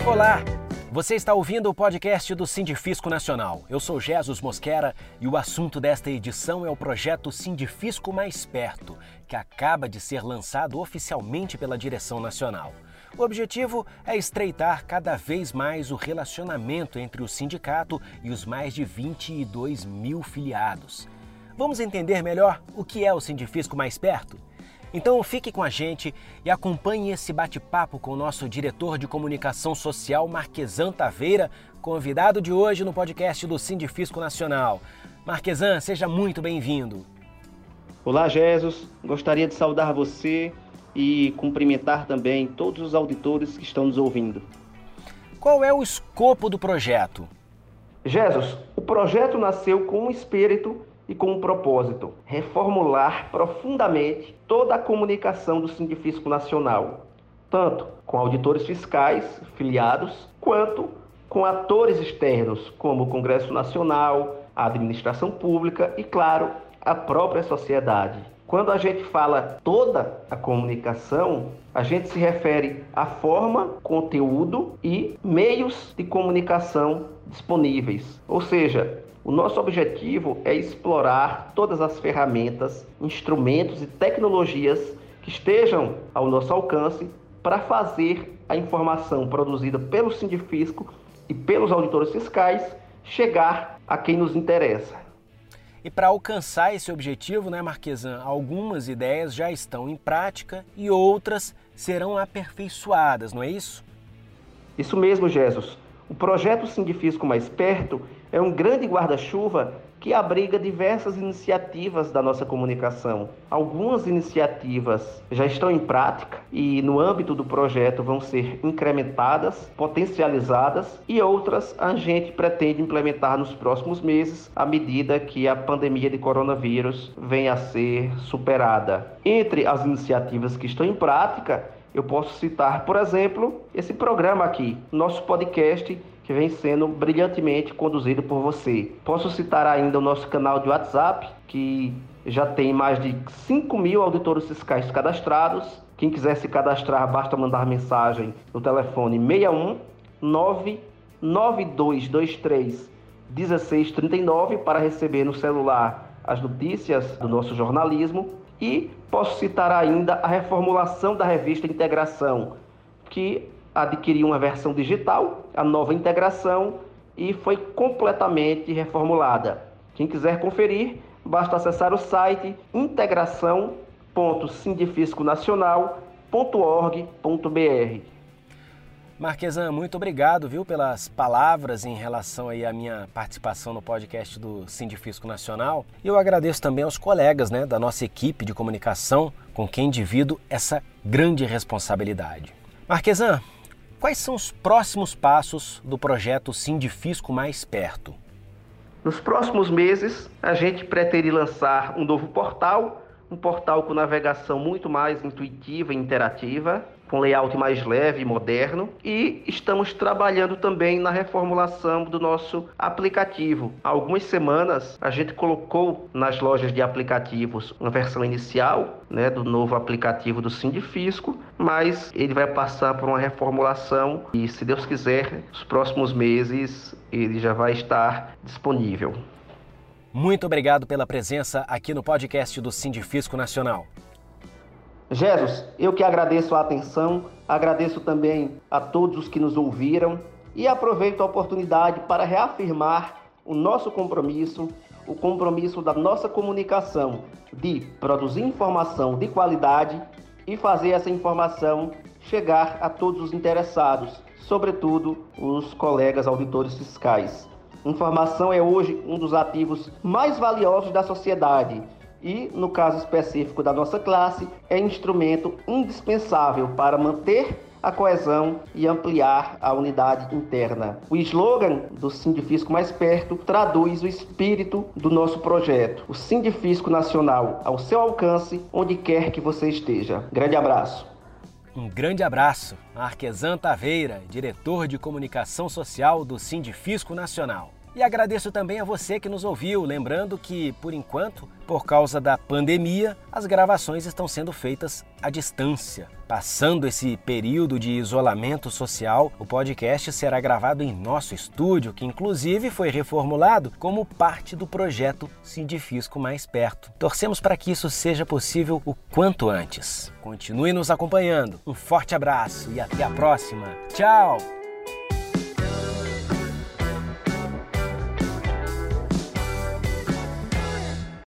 Olá! Você está ouvindo o podcast do Sindifisco Nacional. Eu sou Jesus Mosquera e o assunto desta edição é o projeto Sindifisco Mais Perto, que acaba de ser lançado oficialmente pela direção nacional. O objetivo é estreitar cada vez mais o relacionamento entre o sindicato e os mais de 22 mil filiados. Vamos entender melhor o que é o Sindifisco Mais Perto? Então fique com a gente e acompanhe esse bate-papo com o nosso diretor de comunicação social, Marquesan Taveira, convidado de hoje no podcast do Sindifisco Nacional. Marquesan, seja muito bem-vindo. Olá, Jesus. Gostaria de saudar você e cumprimentar também todos os auditores que estão nos ouvindo. Qual é o escopo do projeto? Jesus, o projeto nasceu com um espírito e com um propósito: reformular profundamente toda a comunicação do Sindifisco Nacional, tanto com auditores fiscais, filiados, quanto com atores externos, como o Congresso Nacional, a administração pública e, claro, a própria sociedade. Quando a gente fala toda a comunicação, a gente se refere à forma, conteúdo e meios de comunicação disponíveis. Ou seja, o nosso objetivo é explorar todas as ferramentas, instrumentos e tecnologias que estejam ao nosso alcance para fazer a informação produzida pelo Sindifisco e pelos auditores fiscais chegar a quem nos interessa. E para alcançar esse objetivo, Marquesan, algumas ideias já estão em prática e outras serão aperfeiçoadas, não é isso? Isso mesmo, Jesus. O projeto Sindifisco Mais Perto é um grande guarda-chuva que abriga diversas iniciativas da nossa comunicação. Algumas iniciativas já estão em prática e no âmbito do projeto vão ser incrementadas, potencializadas, e outras a gente pretende implementar nos próximos meses à medida que a pandemia de coronavírus venha a ser superada. Entre as iniciativas que estão em prática, eu posso citar, por exemplo, esse programa aqui, nosso podcast, que vem sendo brilhantemente conduzido por você. Posso citar ainda o nosso canal de WhatsApp, que já tem mais de 5 mil auditores fiscais cadastrados. Quem quiser se cadastrar, basta mandar mensagem no telefone 61 99223 1639 para receber no celular as notícias do nosso jornalismo. E posso citar ainda a reformulação da revista Integração, que adquiriu uma versão digital, a nova Integração, e foi completamente reformulada. Quem quiser conferir, basta acessar o site integração.sindifisconacional.org.br. Marquesan, muito obrigado, pelas palavras em relação à minha participação no podcast do Sindifisco Nacional. E eu agradeço também aos colegas, da nossa equipe de comunicação, com quem divido essa grande responsabilidade. Marquesan, quais são os próximos passos do projeto Sindifisco Mais Perto? Nos próximos meses, a gente pretende lançar um novo portal, um portal com navegação muito mais intuitiva e interativa, com layout mais leve e moderno, e estamos trabalhando também na reformulação do nosso aplicativo. Há algumas semanas a gente colocou nas lojas de aplicativos uma versão inicial, do novo aplicativo do Sindifisco, mas ele vai passar por uma reformulação e, se Deus quiser, nos próximos meses ele já vai estar disponível. Muito obrigado pela presença aqui no podcast do Sindifisco Nacional. Jesus, eu que agradeço a atenção, agradeço também a todos os que nos ouviram e aproveito a oportunidade para reafirmar o nosso compromisso, o compromisso da nossa comunicação de produzir informação de qualidade e fazer essa informação chegar a todos os interessados, sobretudo os colegas auditores fiscais. Informação é hoje um dos ativos mais valiosos da sociedade. E, no caso específico da nossa classe, é instrumento indispensável para manter a coesão e ampliar a unidade interna. O slogan do Sindifisco Mais Perto traduz o espírito do nosso projeto. O Sindifisco Nacional ao seu alcance, onde quer que você esteja. Grande abraço. Um grande abraço, Marquesan Taveira, diretor de comunicação social do Sindifisco Nacional. E agradeço também a você que nos ouviu, lembrando que, por enquanto, por causa da pandemia, as gravações estão sendo feitas à distância. Passando esse período de isolamento social, o podcast será gravado em nosso estúdio, que inclusive foi reformulado como parte do projeto Sindifisco Mais Perto. Torcemos para que isso seja possível o quanto antes. Continue nos acompanhando. Um forte abraço e até a próxima. Tchau!